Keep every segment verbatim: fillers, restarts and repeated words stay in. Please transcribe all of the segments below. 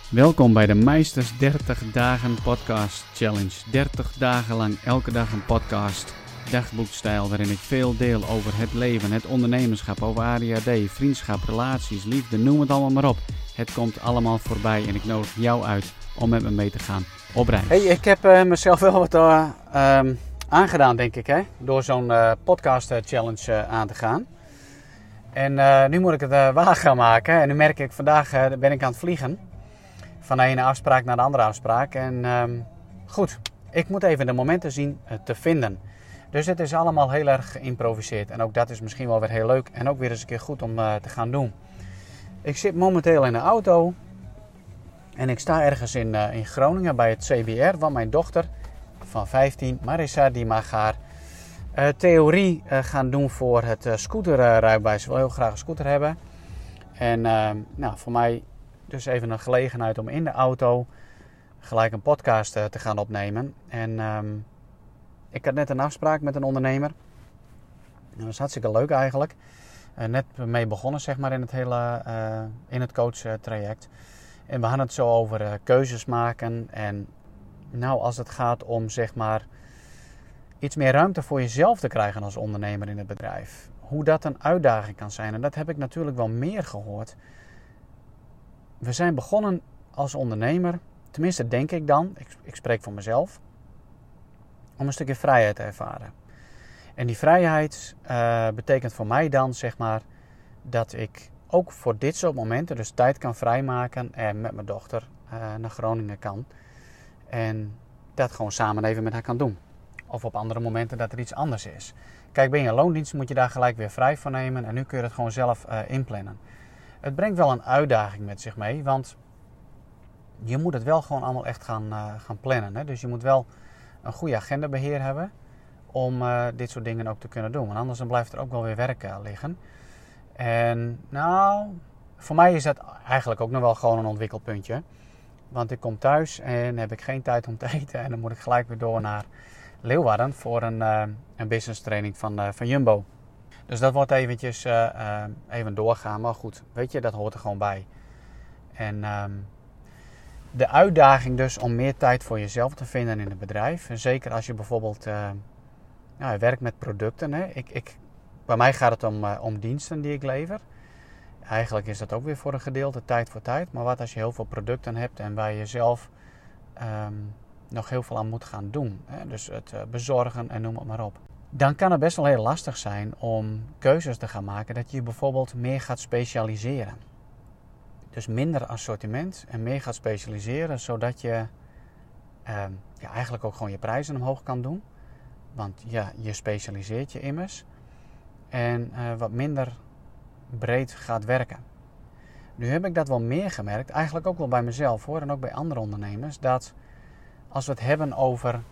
Welkom bij de Meisters dertig Dagen Podcast Challenge. dertig dagen lang elke dag een podcast, dagboekstijl waarin ik veel deel over het leven, het ondernemerschap, over A D H D, vriendschap, relaties, liefde, noem het allemaal maar op. Het komt allemaal voorbij en ik nodig jou uit om met me mee te gaan op reis. Hey, ik heb uh, mezelf wel wat uh, um, aangedaan, denk ik, hè? Door zo'n uh, podcast challenge uh, aan te gaan. En uh, nu moet ik het uh, waar gaan maken. En nu merk ik, vandaag uh, ben ik aan het vliegen. Van de ene afspraak naar de andere afspraak. En um, goed, ik moet even de momenten zien uh, te vinden. Dus het is allemaal heel erg geïmproviseerd. En ook dat is misschien wel weer heel leuk. En ook weer eens een keer goed om uh, te gaan doen. Ik zit momenteel in de auto. En ik sta ergens in, uh, in Groningen bij het C B R. Want mijn dochter van vijftien, Marissa, die mag haar uh, theorie uh, gaan doen voor het uh, scooterrijbewijs. Ze wil heel graag een scooter hebben. En uh, nou, voor mij dus even een gelegenheid om in de auto gelijk een podcast uh, te gaan opnemen. En um, ik had net een afspraak met een ondernemer. Dat was hartstikke leuk eigenlijk. Uh, net mee begonnen zeg maar in het hele uh, in het coach uh, traject. En we hadden het zo over uh, keuzes maken. En nou, als het gaat om zeg maar iets meer ruimte voor jezelf te krijgen als ondernemer in het bedrijf. Hoe dat een uitdaging kan zijn. En dat heb ik natuurlijk wel meer gehoord. We zijn begonnen als ondernemer, tenminste denk ik dan, ik, ik spreek voor mezelf, om een stukje vrijheid te ervaren. En die vrijheid uh, betekent voor mij dan zeg maar dat ik ook voor dit soort momenten dus tijd kan vrijmaken en met mijn dochter uh, naar Groningen kan. En dat gewoon samen even met haar kan doen. Of op andere momenten dat er iets anders is. Kijk, ben je in loondienst moet je daar gelijk weer vrij van nemen en nu kun je het gewoon zelf uh, inplannen. Het brengt wel een uitdaging met zich mee, want je moet het wel gewoon allemaal echt gaan, uh, gaan plannen. Hè? Dus je moet wel een goede agendabeheer hebben om uh, dit soort dingen ook te kunnen doen. Want anders dan blijft er ook wel weer werk uh, liggen. En nou, voor mij is dat eigenlijk ook nog wel gewoon een ontwikkelpuntje. Want ik kom thuis en heb ik geen tijd om te eten. En dan moet ik gelijk weer door naar Leeuwarden voor een, uh, een business training van, uh, van Jumbo. Dus dat wordt eventjes uh, uh, even doorgaan. Maar goed, weet je, dat hoort er gewoon bij. En um, de uitdaging dus om meer tijd voor jezelf te vinden in het bedrijf. En zeker als je bijvoorbeeld uh, nou, werkt met producten. Hè. Ik, ik, bij mij gaat het om, uh, om diensten die ik lever. Eigenlijk is dat ook weer voor een gedeelte tijd voor tijd. Maar wat als je heel veel producten hebt en waar je zelf um, nog heel veel aan moet gaan doen. Hè. Dus het uh, bezorgen en noem het maar op. Dan kan het best wel heel lastig zijn om keuzes te gaan maken dat je bijvoorbeeld meer gaat specialiseren. Dus minder assortiment en meer gaat specialiseren, zodat je eh, ja, eigenlijk ook gewoon je prijzen omhoog kan doen. Want ja, je specialiseert je immers. En uh, wat minder breed gaat werken. Nu heb ik dat wel meer gemerkt, eigenlijk ook wel bij mezelf hoor, en ook bij andere ondernemers, dat als we het hebben over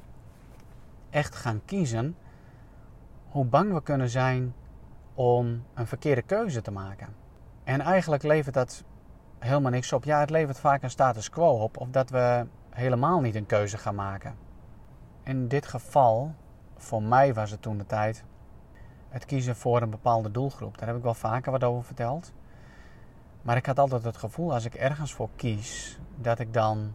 echt gaan kiezen, hoe bang we kunnen zijn om een verkeerde keuze te maken. En eigenlijk levert dat helemaal niks op. Ja, het levert vaak een status quo op. Of dat we helemaal niet een keuze gaan maken. In dit geval, voor mij was het toen de tijd, het kiezen voor een bepaalde doelgroep. Daar heb ik wel vaker wat over verteld. Maar ik had altijd het gevoel, als ik ergens voor kies, dat ik dan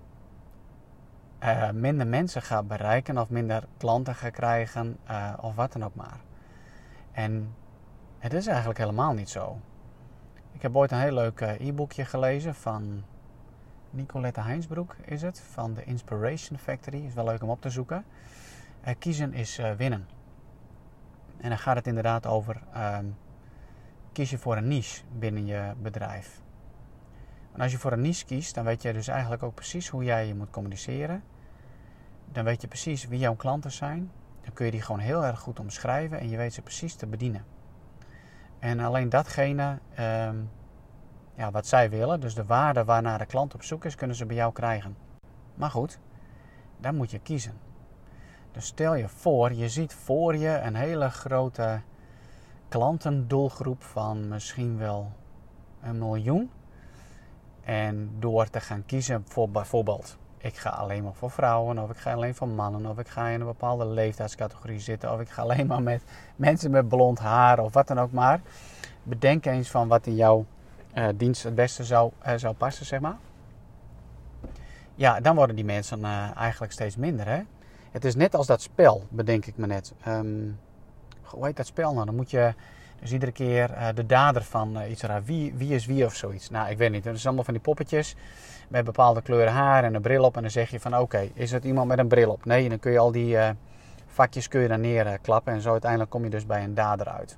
Uh, minder mensen ga bereiken of minder klanten ga krijgen uh, of wat dan ook maar. En het is eigenlijk helemaal niet zo. Ik heb ooit een heel leuk uh, e-boekje gelezen van Nicolette Heinsbroek is het, van de Inspiration Factory. Is wel leuk om op te zoeken. Uh, kiezen is uh, winnen. En dan gaat het inderdaad over uh, kies je voor een niche binnen je bedrijf. En als je voor een niche kiest, dan weet je dus eigenlijk ook precies hoe jij je moet communiceren. Dan weet je precies wie jouw klanten zijn. Dan kun je die gewoon heel erg goed omschrijven en je weet ze precies te bedienen. En alleen datgene um, ja, wat zij willen, dus de waarde waarnaar de klant op zoek is, kunnen ze bij jou krijgen. Maar goed, dan moet je kiezen. Dus stel je voor, je ziet voor je een hele grote klantendoelgroep van misschien wel een miljoen. En door te gaan kiezen voor bijvoorbeeld, ik ga alleen maar voor vrouwen, of ik ga alleen voor mannen, of ik ga in een bepaalde leeftijdscategorie zitten, of ik ga alleen maar met mensen met blond haar, of wat dan ook maar. Bedenk eens van wat in jouw uh, dienst het beste zou, uh, zou passen, zeg maar. ja, dan worden die mensen uh, eigenlijk steeds minder. Hè? Het is net als dat spel, bedenk ik me net. Um, hoe heet dat spel nou? Dan moet je dus iedere keer uh, de dader van uh, iets raar. Wie, wie is wie of zoiets? Nou, ik weet niet. Het is allemaal van die poppetjes met bepaalde kleuren haar en een bril op. En dan zeg je van oké, okay, is het iemand met een bril op? Nee, dan kun je al die uh, vakjes kun je dan neerklappen. En zo uiteindelijk kom je dus bij een dader uit.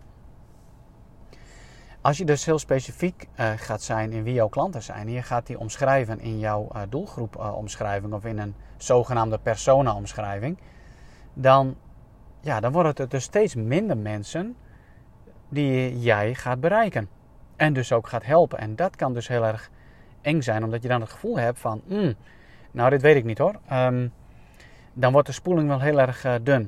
Als je dus heel specifiek uh, gaat zijn in wie jouw klanten zijn. En je gaat die omschrijven in jouw uh, doelgroep uh, omschrijving. Of in een zogenaamde persona omschrijving. Dan, ja, dan worden het dus steeds minder mensen die jij gaat bereiken. En dus ook gaat helpen. En dat kan dus heel erg eng zijn. Omdat je dan het gevoel hebt van, mm, nou dit weet ik niet hoor. Um, dan wordt de spoeling wel heel erg uh, dun.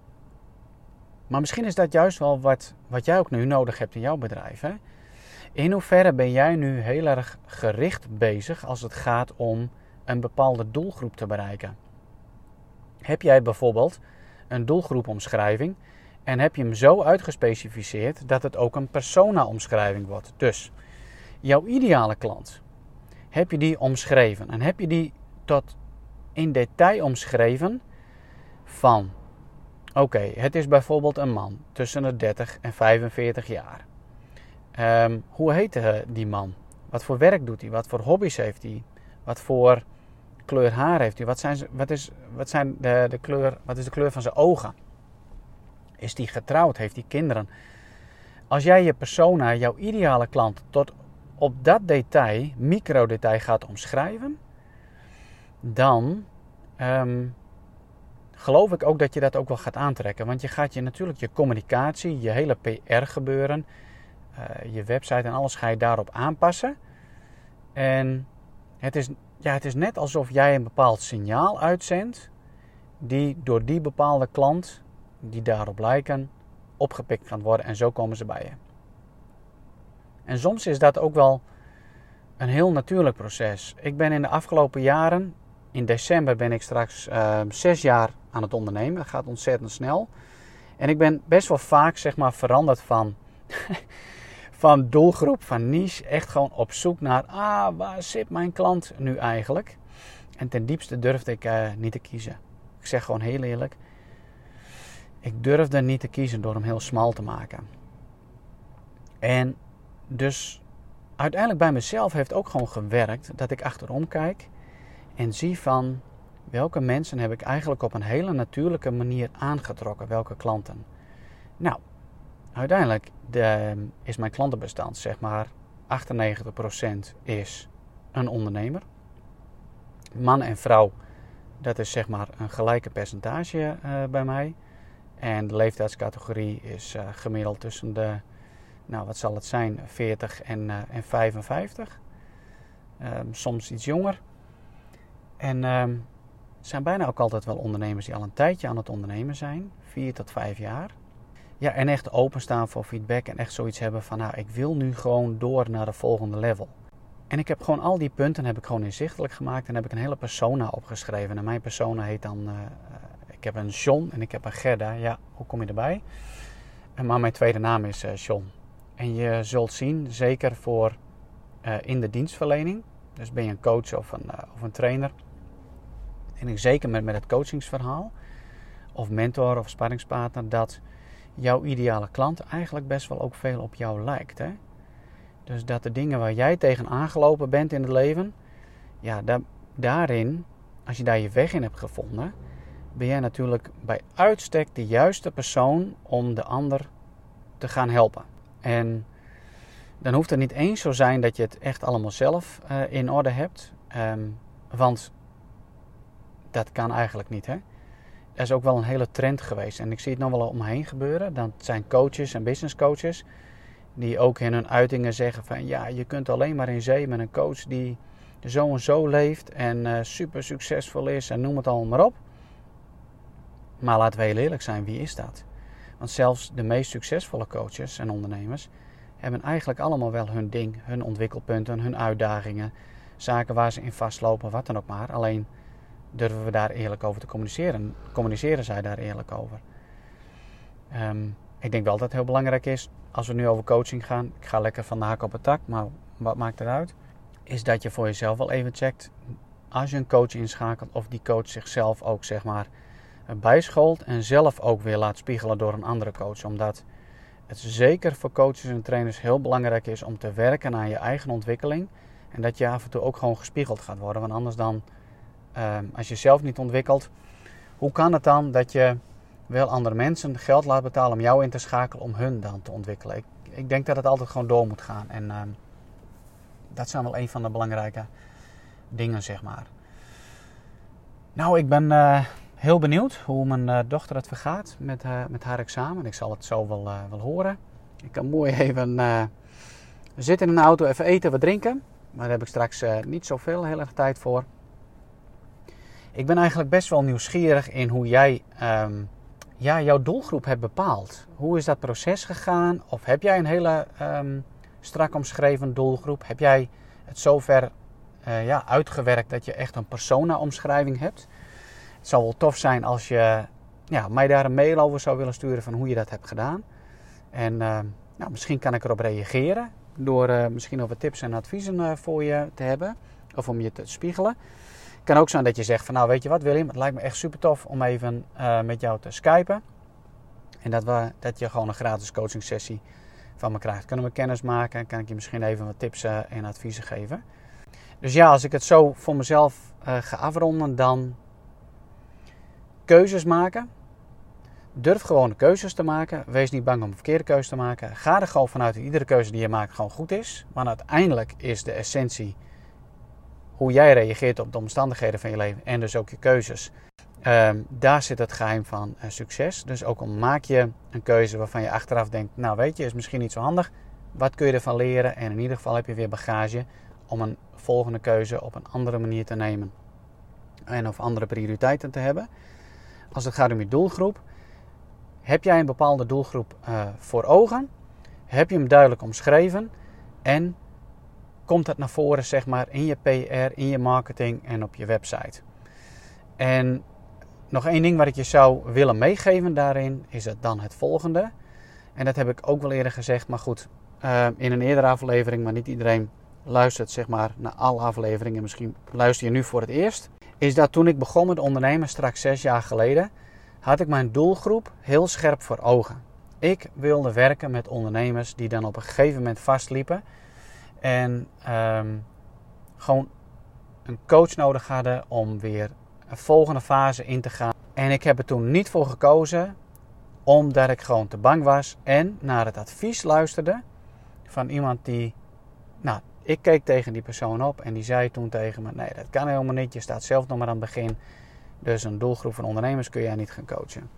Maar misschien is dat juist wel wat, wat jij ook nu nodig hebt in jouw bedrijf. Hè? In hoeverre ben jij nu heel erg gericht bezig als het gaat om een bepaalde doelgroep te bereiken? Heb jij bijvoorbeeld een doelgroepomschrijving en heb je hem zo uitgespecificeerd dat het ook een persona-omschrijving wordt? Dus jouw ideale klant, heb je die omschreven en heb je die tot in detail omschreven van... Oké, okay, het is bijvoorbeeld een man tussen de dertig en vijfenveertig jaar. Um, hoe heet uh, die man? Wat voor werk doet hij? Wat voor hobby's heeft hij? Wat voor kleur haar heeft hij? Wat, zijn, wat, is, wat, zijn de, de kleur, wat is de kleur van zijn ogen? Is hij getrouwd? Heeft hij kinderen? Als jij je persona, jouw ideale klant, tot op dat detail, microdetail gaat omschrijven, dan... Um, geloof ik ook dat je dat ook wel gaat aantrekken. Want je gaat je natuurlijk je communicatie, je hele P R gebeuren, uh, je website en alles ga je daarop aanpassen. En het is, ja, het is net alsof jij een bepaald signaal uitzendt die door die bepaalde klant, die daarop lijken, opgepikt kan worden. En zo komen ze bij je. En soms is dat ook wel een heel natuurlijk proces. Ik ben in de afgelopen jaren... In december ben ik straks uh, zes jaar aan het ondernemen. Dat gaat ontzettend snel. En ik ben best wel vaak zeg maar, veranderd van, van doelgroep, van niche. Echt gewoon op zoek naar, ah, waar zit mijn klant nu eigenlijk? En ten diepste durfde ik uh, niet te kiezen. Ik zeg gewoon heel eerlijk. Ik durfde niet te kiezen door hem heel smal te maken. En dus uiteindelijk bij mezelf heeft ook gewoon gewerkt dat ik achterom kijk. En zie van welke mensen heb ik eigenlijk op een hele natuurlijke manier aangetrokken. Welke klanten. Nou, uiteindelijk de, is mijn klantenbestand zeg maar achtennegentig procent is een ondernemer. Man en vrouw, dat is zeg maar een gelijke percentage uh, bij mij. En de leeftijdscategorie is uh, gemiddeld tussen de, nou wat zal het zijn, veertig en, uh, en vijfenvijftig. Uh, soms iets jonger. En uh, zijn bijna ook altijd wel ondernemers die al een tijdje aan het ondernemen zijn. Vier tot vijf jaar. Ja, en echt openstaan voor feedback. En echt zoiets hebben van, nou, ik wil nu gewoon door naar de volgende level. En ik heb gewoon al die punten heb ik gewoon inzichtelijk gemaakt. En heb ik een hele persona opgeschreven. En mijn persona heet dan, uh, ik heb een John en ik heb een Gerda. Ja, hoe kom je erbij? Maar mijn tweede naam is uh, John. En je zult zien, zeker voor uh, in de dienstverlening. Dus ben je een coach of een, uh, of een trainer. En ik zeker met, met het coachingsverhaal. Of mentor of sparringspartner. Dat jouw ideale klant eigenlijk best wel ook veel op jou lijkt. Hè? Dus dat de dingen waar jij tegen aangelopen bent in het leven. Ja, da- daarin, als je daar je weg in hebt gevonden. Ben jij natuurlijk bij uitstek de juiste persoon om de ander te gaan helpen. En dan hoeft het niet eens zo zijn dat je het echt allemaal zelf uh, in orde hebt. Um, want dat kan eigenlijk niet. Hè? Er is ook wel een hele trend geweest. En ik zie het nog wel om me heen gebeuren. Dat zijn coaches en business coaches. Die ook in hun uitingen zeggen van ja, je kunt alleen maar in zee met een coach die zo en zo leeft. En uh, super succesvol is en noem het allemaal maar op. Maar laten we heel eerlijk zijn, wie is dat? Want zelfs de meest succesvolle coaches en ondernemers hebben eigenlijk allemaal wel hun ding, hun ontwikkelpunten, hun uitdagingen, zaken waar ze in vastlopen, wat dan ook maar. Alleen durven we daar eerlijk over te communiceren. Communiceren zij daar eerlijk over. Um, ik denk wel dat het heel belangrijk is, als we nu over coaching gaan, ik ga lekker van de hak op het tak, maar wat maakt het uit? Is dat je voor jezelf wel even checkt, als je een coach inschakelt of die coach zichzelf ook zeg maar bijscholt en zelf ook weer laat spiegelen door een andere coach. Omdat het zeker voor coaches en trainers heel belangrijk is om te werken aan je eigen ontwikkeling. En dat je af en toe ook gewoon gespiegeld gaat worden. Want anders dan, uh, als je zelf niet ontwikkelt, hoe kan het dan dat je wel andere mensen geld laat betalen om jou in te schakelen om hun dan te ontwikkelen? Ik, ik denk dat het altijd gewoon door moet gaan. En uh, dat zijn wel een van de belangrijke dingen, zeg maar. Nou, ik ben uh, heel benieuwd hoe mijn uh, dochter het vergaat met, uh, met haar examen. Ik zal het zo wel, uh, wel horen. Ik kan mooi even uh, zitten in de auto, even eten, wat drinken. Maar daar heb ik straks uh, niet zoveel, heel erg tijd voor. Ik ben eigenlijk best wel nieuwsgierig in hoe jij um, ja, jouw doelgroep hebt bepaald. Hoe is dat proces gegaan? Of heb jij een hele um, strak omschreven doelgroep? Heb jij het zover uh, ja, uitgewerkt dat je echt een persona-omschrijving hebt? Het zou wel tof zijn als je ja, mij daar een mail over zou willen sturen van hoe je dat hebt gedaan. En uh, nou, misschien kan ik erop reageren door uh, misschien over tips en adviezen uh, voor je te hebben. Of om je te spiegelen. Het kan ook zijn dat je zegt van nou weet je wat William, het lijkt me echt super tof om even uh, met jou te skypen. En dat, we, dat je gewoon een gratis coaching sessie van me krijgt. Kunnen we kennis maken en kan ik je misschien even wat tips uh, en adviezen geven. Dus ja, als ik het zo voor mezelf uh, ga afronden, dan keuzes maken. Durf gewoon de keuzes te maken. Wees niet bang om een verkeerde keuze te maken. Ga er gewoon vanuit dat iedere keuze die je maakt gewoon goed is. Want uiteindelijk is de essentie hoe jij reageert op de omstandigheden van je leven en dus ook je keuzes. Um, daar zit het geheim van uh, succes. Dus ook al maak je een keuze waarvan je achteraf denkt, nou weet je, is misschien niet zo handig. Wat kun je ervan leren? En in ieder geval heb je weer bagage om een volgende keuze op een andere manier te nemen. En of andere prioriteiten te hebben. Als het gaat om je doelgroep. Heb jij een bepaalde doelgroep uh, voor ogen? Heb je hem duidelijk omschreven? En komt het naar voren zeg maar in je P R, in je marketing en op je website? En nog één ding wat ik je zou willen meegeven daarin is het dan het volgende. En dat heb ik ook wel eerder gezegd, maar goed, uh, in een eerdere aflevering, maar niet iedereen luistert zeg maar naar alle afleveringen. Misschien luister je nu voor het eerst. Is dat toen ik begon met ondernemen, straks zes jaar geleden, had ik mijn doelgroep heel scherp voor ogen. Ik wilde werken met ondernemers die dan op een gegeven moment vastliepen. En um, gewoon een coach nodig hadden om weer een volgende fase in te gaan. En ik heb er toen niet voor gekozen, omdat ik gewoon te bang was en naar het advies luisterde van iemand die, nou, ik keek tegen die persoon op en die zei toen tegen me, nee, dat kan helemaal niet, je staat zelf nog maar aan het begin. Dus een doelgroep van ondernemers kun jij niet gaan coachen.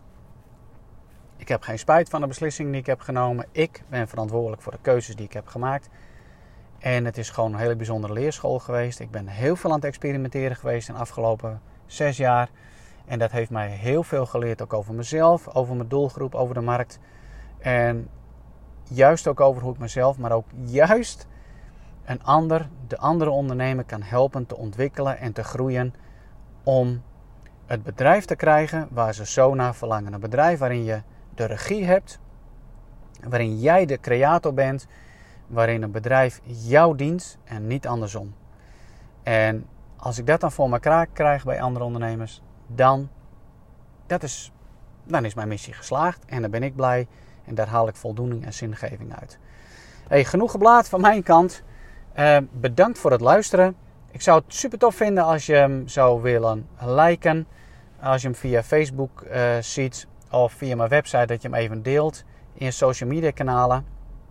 Ik heb geen spijt van de beslissing die ik heb genomen. Ik ben verantwoordelijk voor de keuzes die ik heb gemaakt. En het is gewoon een hele bijzondere leerschool geweest. Ik ben heel veel aan het experimenteren geweest in de afgelopen zes jaar. En dat heeft mij heel veel geleerd ook over mezelf, over mijn doelgroep, over de markt. En juist ook over hoe ik mezelf, maar ook juist een ander, de andere ondernemer kan helpen te ontwikkelen en te groeien om het bedrijf te krijgen waar ze zo naar verlangen. Een bedrijf waarin je de regie hebt, waarin jij de creator bent, waarin een bedrijf jou dient en niet andersom. En als ik dat dan voor elkaar krijg bij andere ondernemers, dan, dat is, dan is mijn missie geslaagd en dan ben ik blij en daar haal ik voldoening en zingeving uit. Hey, genoeg geblaat van mijn kant. Uh, bedankt voor het luisteren. Ik zou het super tof vinden als je hem zou willen liken. Als je hem via Facebook uh, ziet of via mijn website, dat je hem even deelt in je social media kanalen.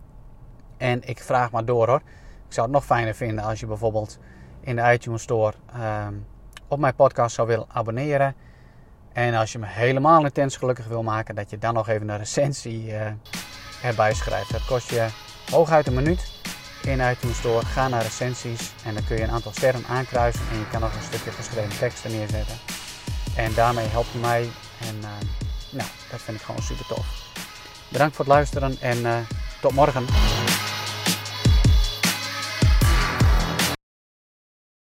En ik vraag maar door hoor. Ik zou het nog fijner vinden als je bijvoorbeeld in de iTunes Store uh, op mijn podcast zou willen abonneren. En als je me helemaal intens gelukkig wil maken, dat je dan nog even een recensie uh, erbij schrijft. Dat kost je hooguit een minuut in de iTunes Store. Ga naar recensies en dan kun je een aantal sterren aankruisen en je kan nog een stukje geschreven tekst er neerzetten. En daarmee help je mij en uh, nou, dat vind ik gewoon super tof. Bedankt voor het luisteren en uh, tot morgen.